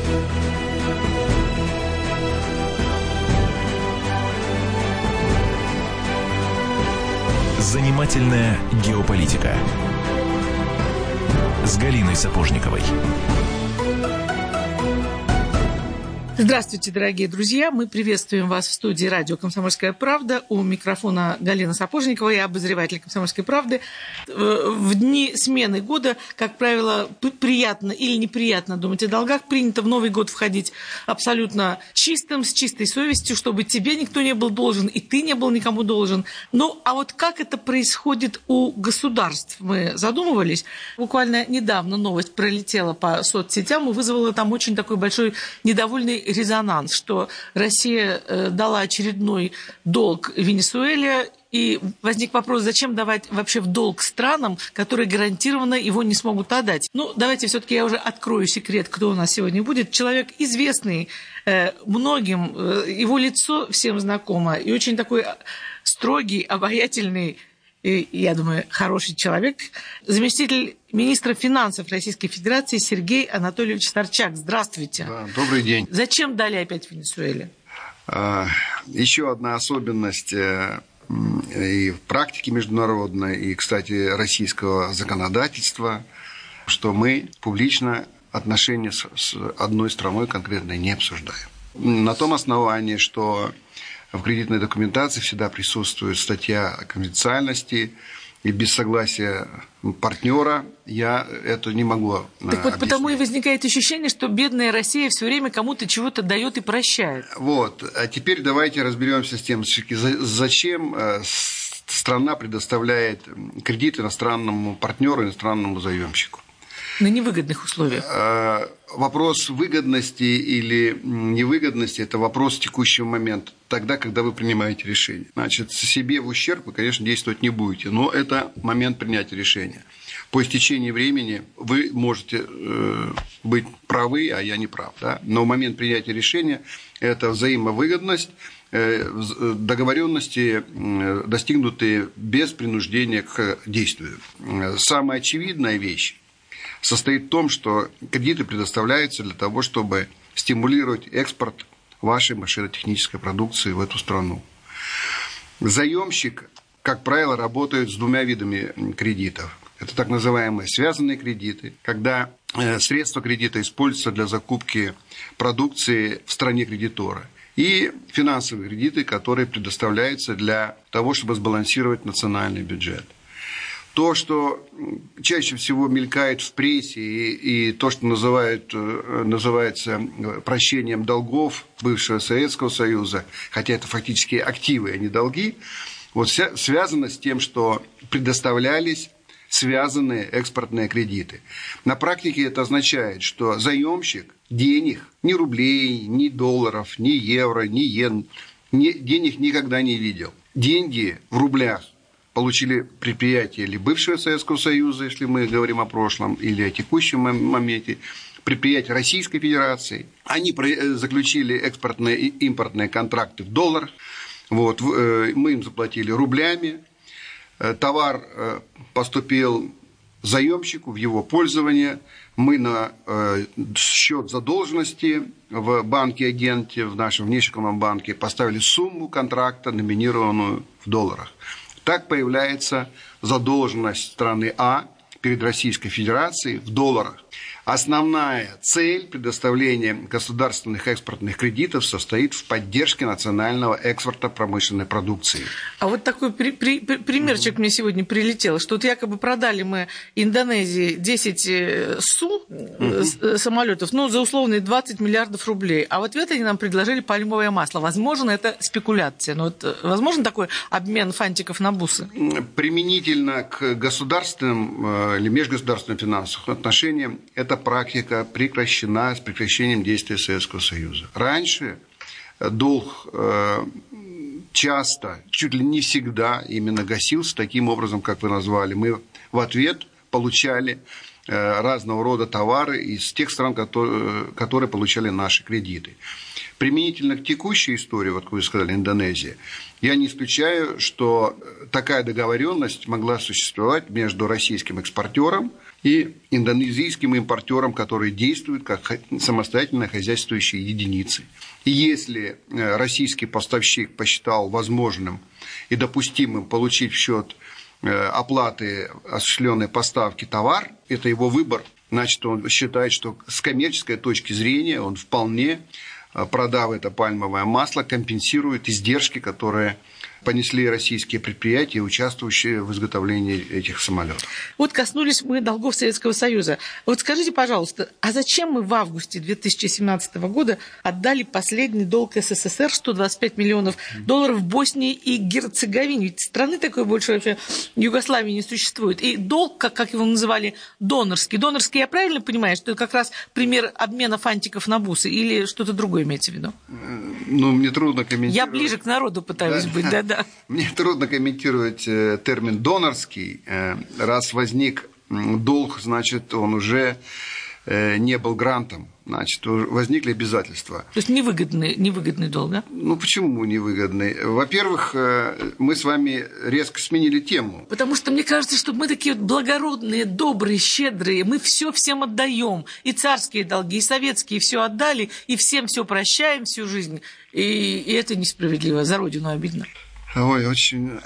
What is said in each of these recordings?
Занимательная геополитика с Галиной Сапожниковой. Здравствуйте, дорогие друзья. Мы приветствуем вас в студии радио «Комсомольская правда». У микрофона Галина Сапожникова, я обозреватель «Комсомольской правды». В дни смены года, как правило, приятно или неприятно думать о долгах. Принято в Новый год входить абсолютно чистым, с чистой совестью, чтобы тебе никто не был должен, и ты не был никому должен. Ну, а вот как это происходит у государств? Мы задумывались. Буквально недавно новость пролетела по соцсетям и вызвала там очень такой большой недовольный резонанс, что Россия дала очередной долг Венесуэле, и возник вопрос, зачем давать вообще в долг странам, которые гарантированно его не смогут отдать. Ну, давайте все-таки я уже открою секрет, кто у нас сегодня будет. Человек известный многим, его лицо всем знакомо, и очень такой строгий, обаятельный, и, я думаю, хороший человек, заместитель министра финансов Российской Федерации Сергей Анатольевич Сарчак. Здравствуйте. Да, добрый день. Зачем дали опять Венесуэле? Еще одна особенность и в практике международной, и, кстати, российского законодательства, что мы публично отношения с одной страной конкретно не обсуждаем. На том основании, что в кредитной документации всегда присутствует статья о конфиденциальности, и без согласия партнера я это не могу Так вот, потому и возникает ощущение, что бедная Россия все время кому-то чего-то дает и прощает. Вот. А теперь давайте разберемся с тем, зачем страна предоставляет кредит иностранному партнеру, иностранному заемщику. На невыгодных условиях. Вопрос выгодности или невыгодности – это вопрос текущего момента, тогда, когда вы принимаете решение. Значит, себе в ущерб вы, конечно, действовать не будете, но это момент принятия решения. По истечении времени вы можете быть правы, а я не прав. Да? Но в момент принятия решения это взаимовыгодность, договоренности, достигнутые без принуждения к действию. Самая очевидная вещь состоит в том, что кредиты предоставляются для того, чтобы стимулировать экспорт вашей машинотехнической продукции в эту страну. Заемщик, как правило, работает с двумя видами кредитов. Это так называемые связанные кредиты, когда средства кредита используются для закупки продукции в стране кредитора. И финансовые кредиты, которые предоставляются для того, чтобы сбалансировать национальный бюджет. То, что чаще всего мелькает в прессе, и то, что называется прощением долгов бывшего Советского Союза, хотя это фактически активы, а не долги, вот связано с тем, что предоставлялись связанные экспортные кредиты. На практике это означает, что заемщик денег, ни рублей, ни долларов, ни евро, ни йен, денег никогда не видел. Деньги в рублях получили предприятия или бывшего Советского Союза, если мы говорим о прошлом, или о текущем моменте, предприятия Российской Федерации. Они заключили экспортные и импортные контракты в долларах. Вот, мы им заплатили рублями. Товар поступил заемщику в его пользование. Мы на счет задолженности в банке-агенте, в нашем внешнем банке, поставили сумму контракта, номинированную в долларах. Так появляется задолженность страны А перед Российской Федерацией в долларах. Основная цель предоставления государственных экспортных кредитов состоит в поддержке национального экспорта промышленной продукции. А вот такой примерчик мне сегодня прилетел, что вот якобы продали мы Индонезии 10 самолетов, ну, за условные 20 миллиардов рублей, а в ответ они нам предложили пальмовое масло. Возможно, это спекуляция, но вот возможен такой обмен фантиков на бусы? Применительно к государственным или межгосударственным финансовым отношениям эта практика прекращена с прекращением действия Советского Союза. Раньше долг часто, чуть ли не всегда именно гасился таким образом, как вы назвали. Мы в ответ получали разного рода товары из тех стран, которые получали наши кредиты. Применительно к текущей истории, вот как вы сказали, Индонезия, я не исключаю, что такая договоренность могла существовать между российским экспортером и индонезийским импортерам, которые действуют как самостоятельно хозяйствующие единицы. И если российский поставщик посчитал возможным и допустимым получить в счет оплаты осуществленной поставки товар, это его выбор, значит, он считает, что с коммерческой точки зрения он вполне, продав это пальмовое масло, компенсирует издержки, которые понесли российские предприятия, участвующие в изготовлении этих самолетов. Вот коснулись мы долгов Советского Союза. Вот скажите, пожалуйста, а зачем мы в августе 2017 года отдали последний долг СССР, 125 миллионов долларов в Боснии и Герцеговине? Ведь страны такой больше вообще в Югославии не существует. И долг, как его называли, донорский. Донорский, я правильно понимаю, что это как раз пример обмена фантиков на бусы или что-то другое имеется в виду? Ну, мне трудно комментировать. Я ближе к народу пытаюсь быть, да. Мне трудно комментировать термин «донорский». Раз возник долг, значит, он уже не был грантом, значит, возникли обязательства. То есть невыгодный долг, да? Ну, почему невыгодный? Во-первых, мы с вами резко сменили тему. Потому что мне кажется, что мы такие вот благородные, добрые, щедрые, мы все всем отдаем. И царские долги, и советские все отдали, и всем все прощаем всю жизнь. И это несправедливо, за родину обидно. Ой, очень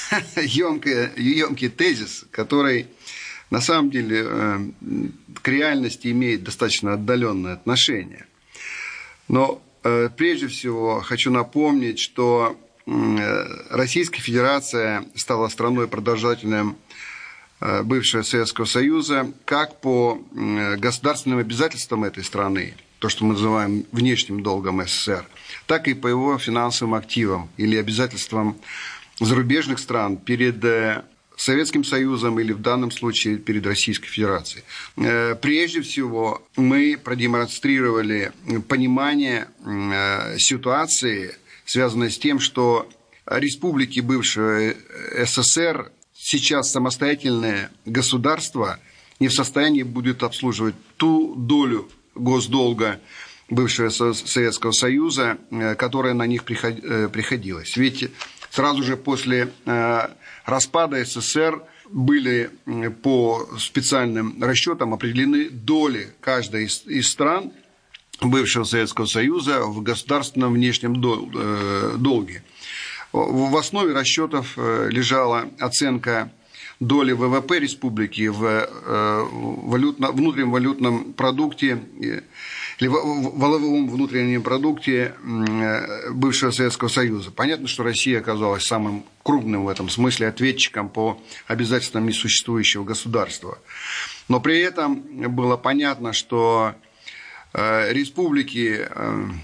ёмкий тезис, который на самом деле к реальности имеет достаточно отдаленное отношение. Но прежде всего хочу напомнить, что Российская Федерация стала страной продолжателем бывшего Советского Союза как по государственным обязательствам этой страны, то, что мы называем внешним долгом СССР, так и по его финансовым активам или обязательствам зарубежных стран перед Советским Союзом или в данном случае перед Российской Федерацией. Прежде всего, мы продемонстрировали понимание ситуации, связанной с тем, что республики бывшего СССР, сейчас самостоятельное государство, не в состоянии будет обслуживать ту долю госдолга бывшего Советского Союза, которая на них приходилась. Ведь сразу же после распада СССР были по специальным расчетам определены доли каждой из стран бывшего Советского Союза в государственном внешнем долге. В основе расчетов лежала оценка доли ВВП республики в внутреннем валютном продукте или в валовом внутреннем продукте бывшего Советского Союза. Понятно, что Россия оказалась самым крупным в этом смысле ответчиком по обязательствам несуществующего государства. Но при этом было понятно, что республики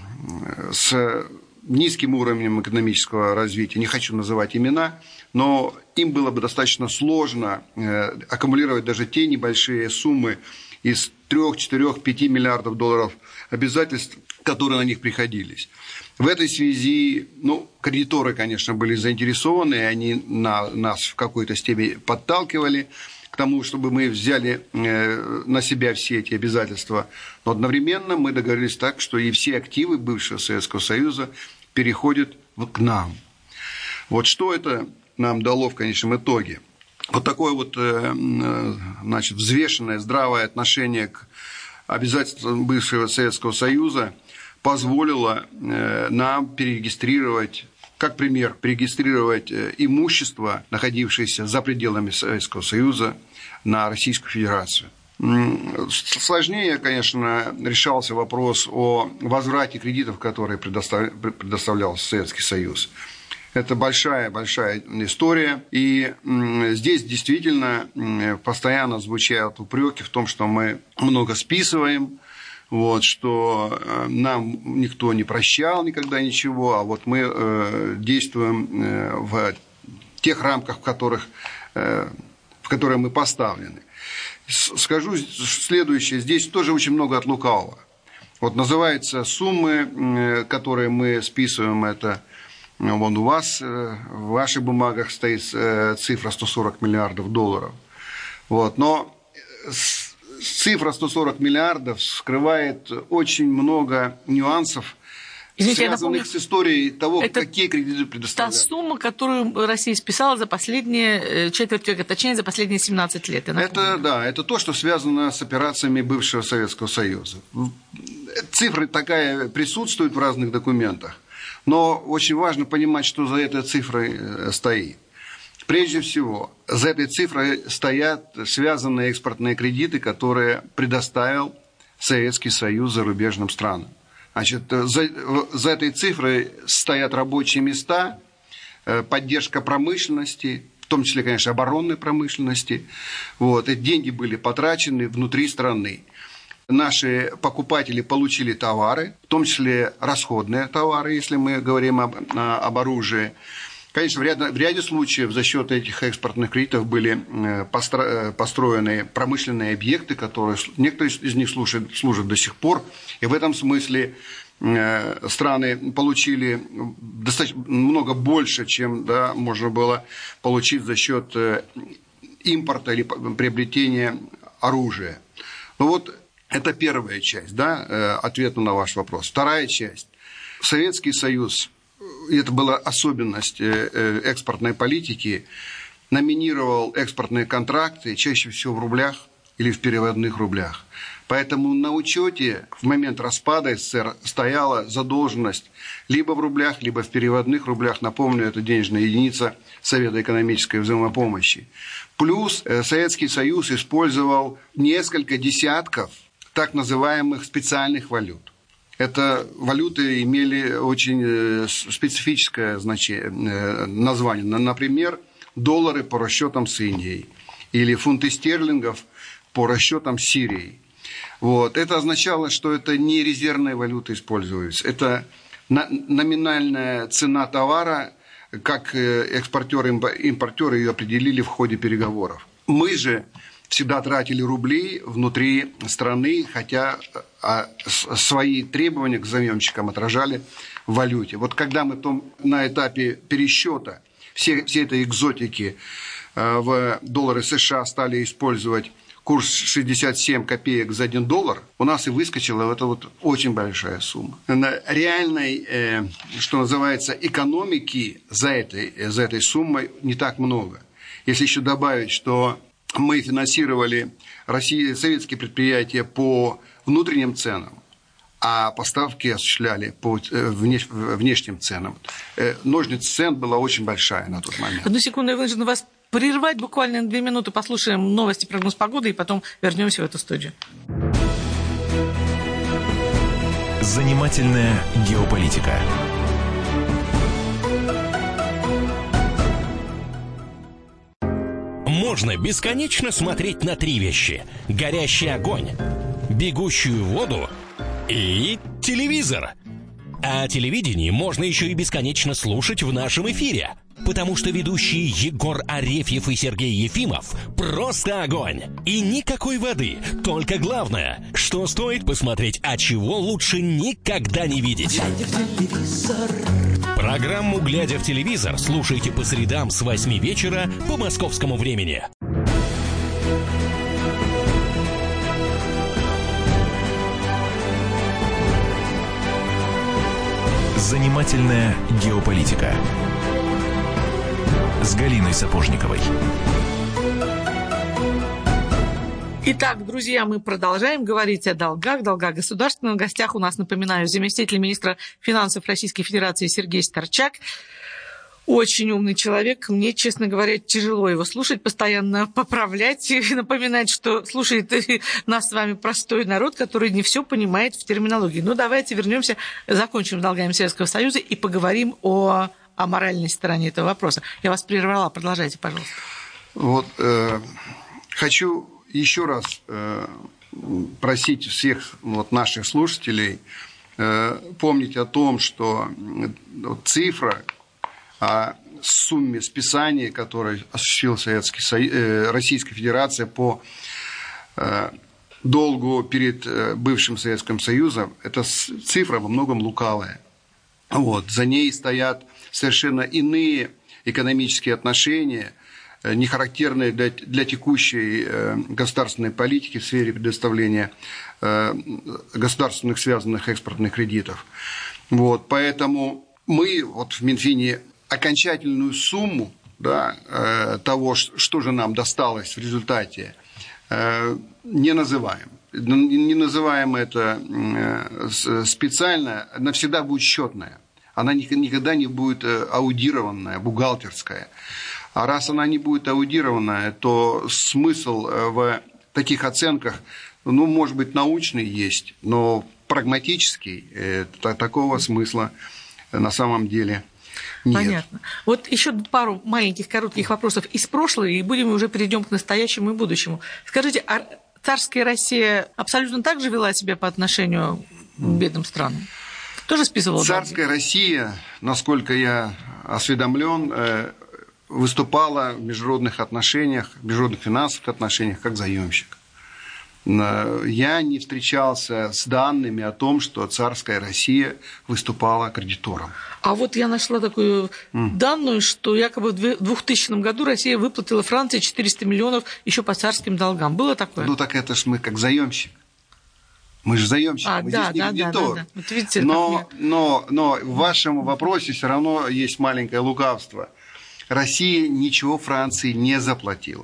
с низким уровнем экономического развития, не хочу называть имена, но им было бы достаточно сложно аккумулировать даже те небольшие суммы из 3, 4, 5 миллиардов долларов обязательств, которые на них приходились. В этой связи, кредиторы, конечно, были заинтересованы, и они нас в какой-то степени подталкивали к тому, чтобы мы взяли на себя все эти обязательства. Но одновременно мы договорились так, что и все активы бывшего Советского Союза переходят к нам. Вот что это нам дало в конечном итоге? Вот такое вот, взвешенное, здравое отношение к обязательствам бывшего Советского Союза позволило нам перерегистрировать, как пример, перерегистрировать имущество, находившееся за пределами Советского Союза, на Российскую Федерацию. Сложнее, конечно, решался вопрос о возврате кредитов, которые предоставлял Советский Союз. Это большая история, и здесь действительно постоянно звучат упреки в том, что мы много списываем, что нам никто не прощал никогда ничего, а вот мы действуем в тех рамках, в которые мы поставлены. Скажу следующее, здесь тоже очень много от лукавого. Вот называются суммы, которые мы списываем, это вон у вас в ваших бумагах стоит цифра 140 миллиардов долларов. Но цифра 140 миллиардов скрывает очень много нюансов Извините, связанных с историей того, какие кредиты предоставляют. Та сумма, которую Россия списала за последние четверть века, точнее, за последние 17 лет. Это то, что связано с операциями бывшего Советского Союза. Цифра такая присутствует в разных документах, но очень важно понимать, что за этой цифрой стоит. Прежде всего, за этой цифрой стоят связанные экспортные кредиты, которые предоставил Советский Союз зарубежным странам. Значит, за этой цифрой стоят рабочие места, поддержка промышленности, в том числе, конечно, оборонной промышленности. Эти деньги были потрачены внутри страны. Наши покупатели получили товары, в том числе расходные товары, если мы говорим об оружии. Конечно, в ряде случаев за счет этих экспортных кредитов были построены промышленные объекты, которые некоторые из них служат до сих пор. И в этом смысле страны получили достаточно много больше, чем можно было получить за счет импорта или приобретения оружия. Это первая часть, ответа на ваш вопрос. Вторая часть. Советский Союз, и это была особенность экспортной политики, номинировал экспортные контракты чаще всего в рублях или в переводных рублях. Поэтому на учете в момент распада СССР стояла задолженность либо в рублях, либо в переводных рублях. Напомню, это денежная единица Совета экономической взаимопомощи. Плюс Советский Союз использовал несколько десятков так называемых специальных валют. Это валюты имели очень специфическое название. Например, доллары по расчетам с Индией или фунты стерлингов по расчетам с Сирией. Это означало, что это не резервные валюты используются. Это номинальная цена товара, как экспортеры и импортеры ее определили в ходе переговоров. Мы же всегда тратили рубли внутри страны, хотя свои требования к заемщикам отражали в валюте. Когда мы на этапе пересчета все этой экзотики в доллары США стали использовать курс 67 копеек за $1, у нас и выскочила эта очень большая сумма. Реальной, что называется, экономики за этой суммой не так много. Если еще добавить, что мы финансировали советские предприятия по внутренним ценам, а поставки осуществляли по внешним ценам. Ножниц цен была очень большая на тот момент. Одну секунду, я вынуждена вас прервать буквально на 2 минуты, послушаем новости, прогноз погоды, и потом вернемся в эту студию. Занимательная геополитика. Можно бесконечно смотреть на 3 вещи: горящий огонь, бегущую воду и телевизор. А телевидение можно еще и бесконечно слушать в нашем эфире, потому что ведущие Егор Арефьев и Сергей Ефимов просто огонь. И никакой воды, только главное, что стоит посмотреть, а чего лучше никогда не видеть. Программу «Глядя в телевизор» слушайте по средам с 8 вечера по московскому времени. Занимательная геополитика с Галиной Сапожниковой. Итак, друзья, мы продолжаем говорить о долгах государственных. В гостях у нас, напоминаю, заместитель министра финансов Российской Федерации Сергей Старчак. Очень умный человек. Мне, честно говоря, тяжело его слушать, постоянно поправлять и напоминать, что слушает нас с вами простой народ, который не все понимает в терминологии. Ну, давайте вернемся, закончим с долгами Советского Союза и поговорим о моральной стороне этого вопроса. Я вас прервала, продолжайте, пожалуйста. Хочу еще раз просить всех наших слушателей помнить о том, что цифра о сумме списания, которую осуществила Российская Федерация по долгу перед бывшим Советским Союзом, это цифра во многом лукавая. За ней стоят совершенно иные экономические отношения, не характерные для текущей государственной политики в сфере предоставления государственных связанных экспортных кредитов. Вот, поэтому мы вот в Минфине окончательную сумму, да, того, что же нам досталось в результате, не называем. Не называем это специально, навсегда будет счетная. Она никогда не будет аудированная, бухгалтерская. А раз она не будет аудированная, то смысл в таких оценках, ну, может быть, научный есть, но прагматический такого смысла на самом деле нет. Понятно. Вот еще пару маленьких коротких вопросов из прошлого, и уже перейдем к настоящему и будущему. Скажите, а царская Россия абсолютно так же вела себя по отношению к бедным странам? Тоже списывала долги? Царская Россия, насколько я осведомлен, выступала в международных отношениях, в международных финансовых отношениях как заемщик. Я не встречался с данными о том, что царская Россия выступала кредитором. А вот я нашла такую данную, что якобы в 2000 году Россия выплатила Франции 400 миллионов еще по царским долгам. Было такое? Ну так это ж мы как заемщик. Мы же заемщик, мы здесь не кредитор. Да. Вот видите, но в вашем вопросе все равно есть маленькое лукавство. Россия ничего Франции не заплатила.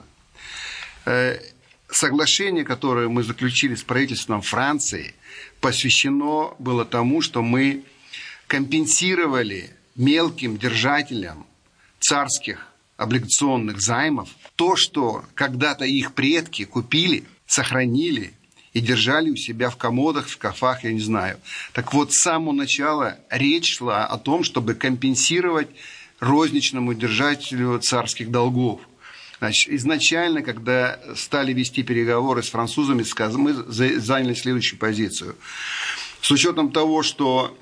Соглашение, которое мы заключили с правительством Франции, посвящено было тому, что мы компенсировали мелким держателям царских облигационных займов то, что когда-то их предки купили, сохранили и держали у себя в комодах, в шкафах, я не знаю. Так вот, с самого начала речь шла о том, чтобы компенсировать розничному держателю царских долгов. Значит, изначально, когда стали вести переговоры с французами, мы заняли следующую позицию. С учетом того, что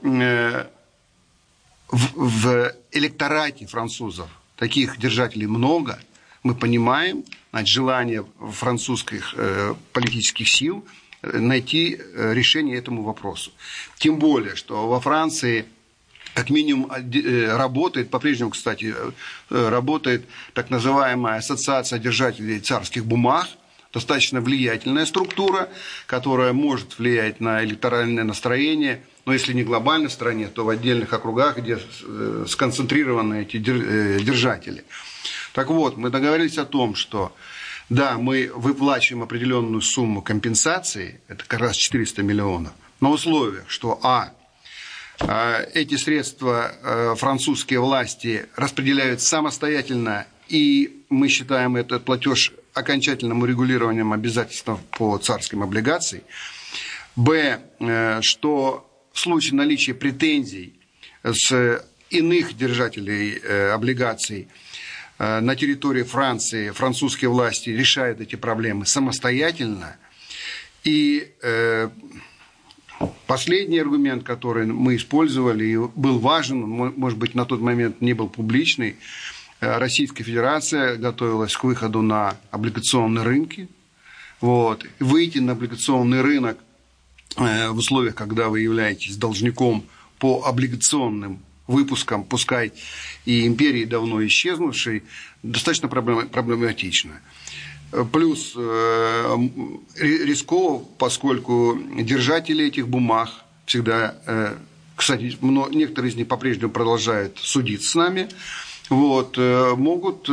в электорате французов таких держателей много, мы понимаем, значит, желание французских политических сил найти решение этому вопросу. Тем более, что во Франции как минимум работает, по-прежнему, кстати, работает так называемая ассоциация держателей царских бумаг, достаточно влиятельная структура, которая может влиять на электоральное настроение, но если не глобально в стране, то в отдельных округах, где сконцентрированы эти держатели. Так вот, мы договорились о том, что да, мы выплачиваем определенную сумму компенсации, это как раз 400 миллионов, на условиях, что эти средства французские власти распределяют самостоятельно, и мы считаем этот платеж окончательным урегулированием обязательств по царским облигациям. Б, что в случае наличия претензий с иных держателей облигаций на территории Франции французские власти решают эти проблемы самостоятельно. И последний аргумент, который мы использовали и был важен, может быть, на тот момент не был публичный, Российская Федерация готовилась к выходу на облигационные рынки. Вот. Выйти на облигационный рынок в условиях, когда вы являетесь должником по облигационным выпускам, пускай и империи давно исчезнувшей, достаточно проблематично. Плюс рисково, поскольку держатели этих бумаг всегда, кстати, некоторые из них по-прежнему продолжают судиться с нами, вот, могут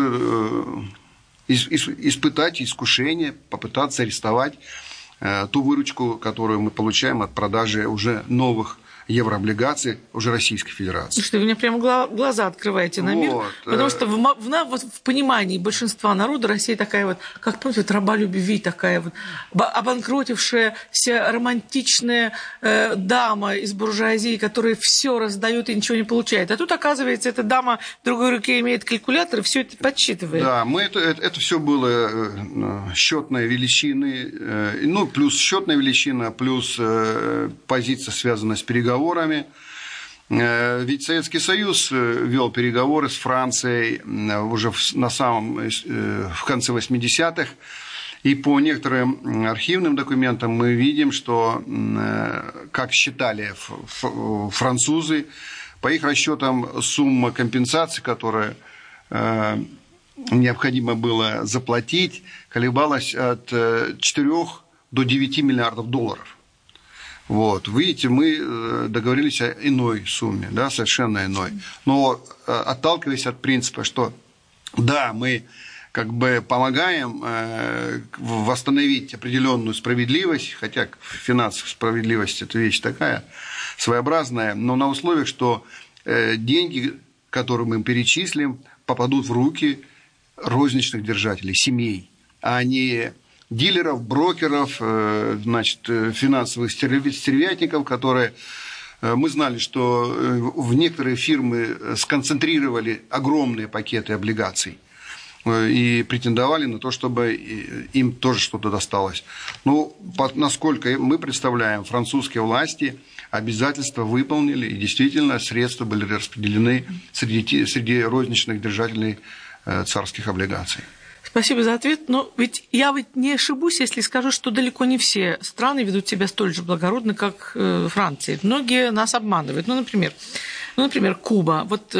испытать искушение, попытаться арестовать ту выручку, которую мы получаем от продажи уже новых еврооблигаций уже Российской Федерации. Слушайте, вы мне прямо глаза открываете на мир, потому что в понимании большинства народа Россия такая вот, как против раба любви, такая вот обанкротившаяся романтичная дама из буржуазии, которая все раздает и ничего не получает. А тут, оказывается, эта дама в другой руке имеет калькулятор и все это подсчитывает. Да, это все было счетные величины, ну, плюс счетная величина, плюс позиция, связанная с переговорами. Ведь Советский Союз вел переговоры с Францией уже в конце 80-х, и по некоторым архивным документам мы видим, что, как считали французы, по их расчетам сумма компенсации, которую необходимо было заплатить, колебалась от 4 до 9 миллиардов долларов. Вот. Видите, мы договорились о иной сумме, да, совершенно иной. Но отталкиваясь от принципа, что да, мы как бы помогаем восстановить определенную справедливость, хотя финансовая справедливость – это вещь такая своеобразная, но на условиях, что деньги, которые мы им перечислим, попадут в руки розничных держателей, семей, а не дилеров, брокеров, значит, финансовых стервятников, которые... Мы знали, что в некоторые фирмы сконцентрировали огромные пакеты облигаций и претендовали на то, чтобы им тоже что-то досталось. Ну, насколько мы представляем, французские власти обязательства выполнили, и действительно средства были распределены среди розничных держателей царских облигаций. Спасибо за ответ. Но ведь я не ошибусь, если скажу, что далеко не все страны ведут себя столь же благородно, как Франция. Многие нас обманывают. Ну, например, Куба. Вот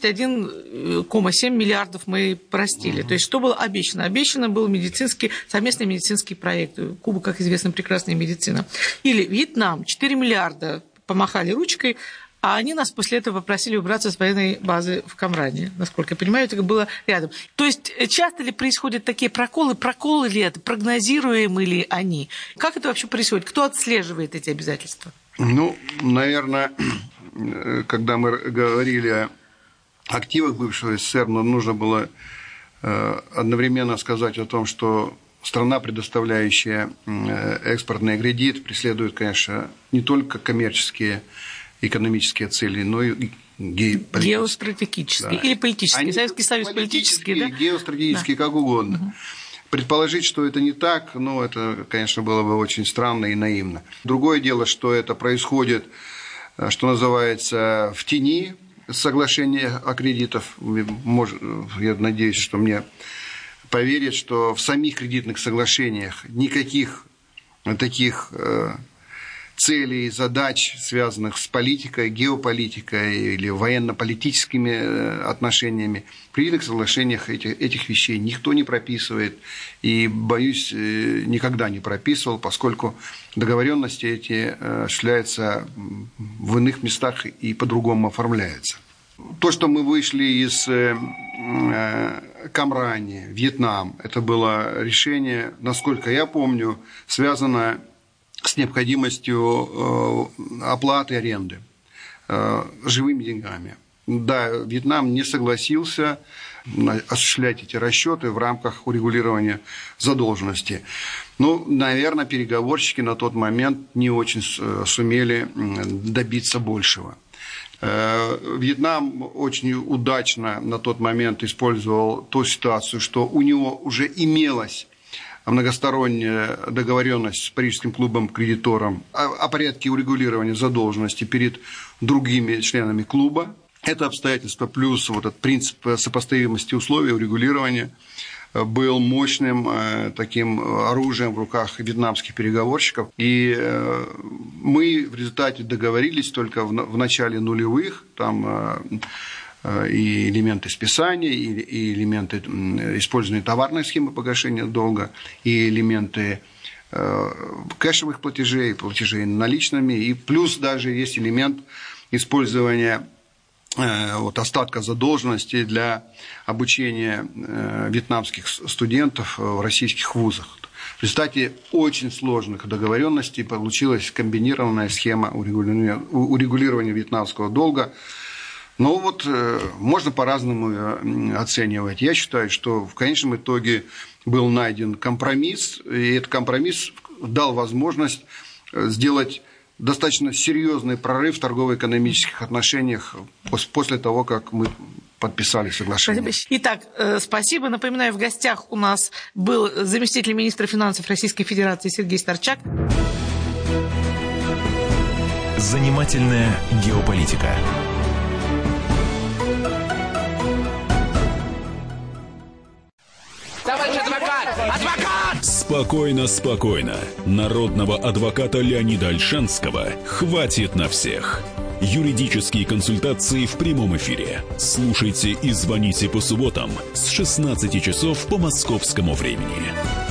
31,7 миллиардов мы простили. То есть, что было обещано? Обещано был совместный медицинский проект. Куба, как известно, прекрасная медицина. Или Вьетнам. 4 миллиарда помахали ручкой, а они нас после этого попросили убраться с военной базы в Камране. Насколько я понимаю, это было рядом. То есть часто ли происходят такие проколы? Проколы ли это? Прогнозируемы ли они? Как это вообще происходит? Кто отслеживает эти обязательства? Ну, наверное, когда мы говорили о активах бывшего СССР, нам нужно было одновременно сказать о том, что страна, предоставляющая экспортный кредит, преследует, конечно, не только коммерческие экономические цели, но и геостратегические, да. Или политические. Советский Союз политические, да? Геостратегические, да. Как угодно. Угу. Предположить, что это не так, ну, это, конечно, было бы очень странно и наивно. Другое дело, что это происходит, что называется, в тени соглашения о кредитах. Я надеюсь, что мне поверят, что в самих кредитных соглашениях никаких таких целей, задач, связанных с политикой, геополитикой или военно-политическими отношенньми. В кредитных соглашениях этих вещей никто не прописывает и, боюсь, никогда не прописывал, поскольку договоренности эти осуществляются в иных местах и по-другому оформляются. То, что мы вышли из Камрани, Вьетнам, это было решение, насколько я помню, связано с необходимостью оплаты аренды живыми деньгами. Да, Вьетнам не согласился осуществлять эти расчеты в рамках урегулирования задолженности. Ну, наверное, переговорщики на тот момент не очень сумели добиться большего. Вьетнам очень удачно на тот момент использовал ту ситуацию, что у него уже имелась многосторонняя договоренность с Парижским клубом-кредитором о порядке урегулирования задолженности перед другими членами клуба. Это обстоятельство плюс вот этот принцип сопоставимости условий урегулирования был мощным таким оружием в руках вьетнамских переговорщиков. И мы в результате договорились только в начале нулевых, там и элементы списания, и элементы использования товарной схемы погашения долга, и элементы кэшевых платежей, платежей наличными, и плюс даже есть элемент использования вот, остатка задолженности для обучения вьетнамских студентов в российских вузах. В результате очень сложных договоренностей получилась комбинированная схема урегулирования вьетнамского долга. Но вот можно по-разному ее оценивать. Я считаю, что в конечном итоге был найден компромисс, и этот компромисс дал возможность сделать достаточно серьезный прорыв в торгово-экономических отношениях после того, как мы подписали соглашение. Итак, спасибо. Напоминаю, в гостях у нас был заместитель министра финансов Российской Федерации Сергей Старчак. Занимательная геополитика. Товарищ адвокат! Адвокат! Спокойно, спокойно. Народного адвоката Леонида Ольшанского хватит на всех. Юридические консультации в прямом эфире. Слушайте и звоните по субботам с 16 часов по московскому времени.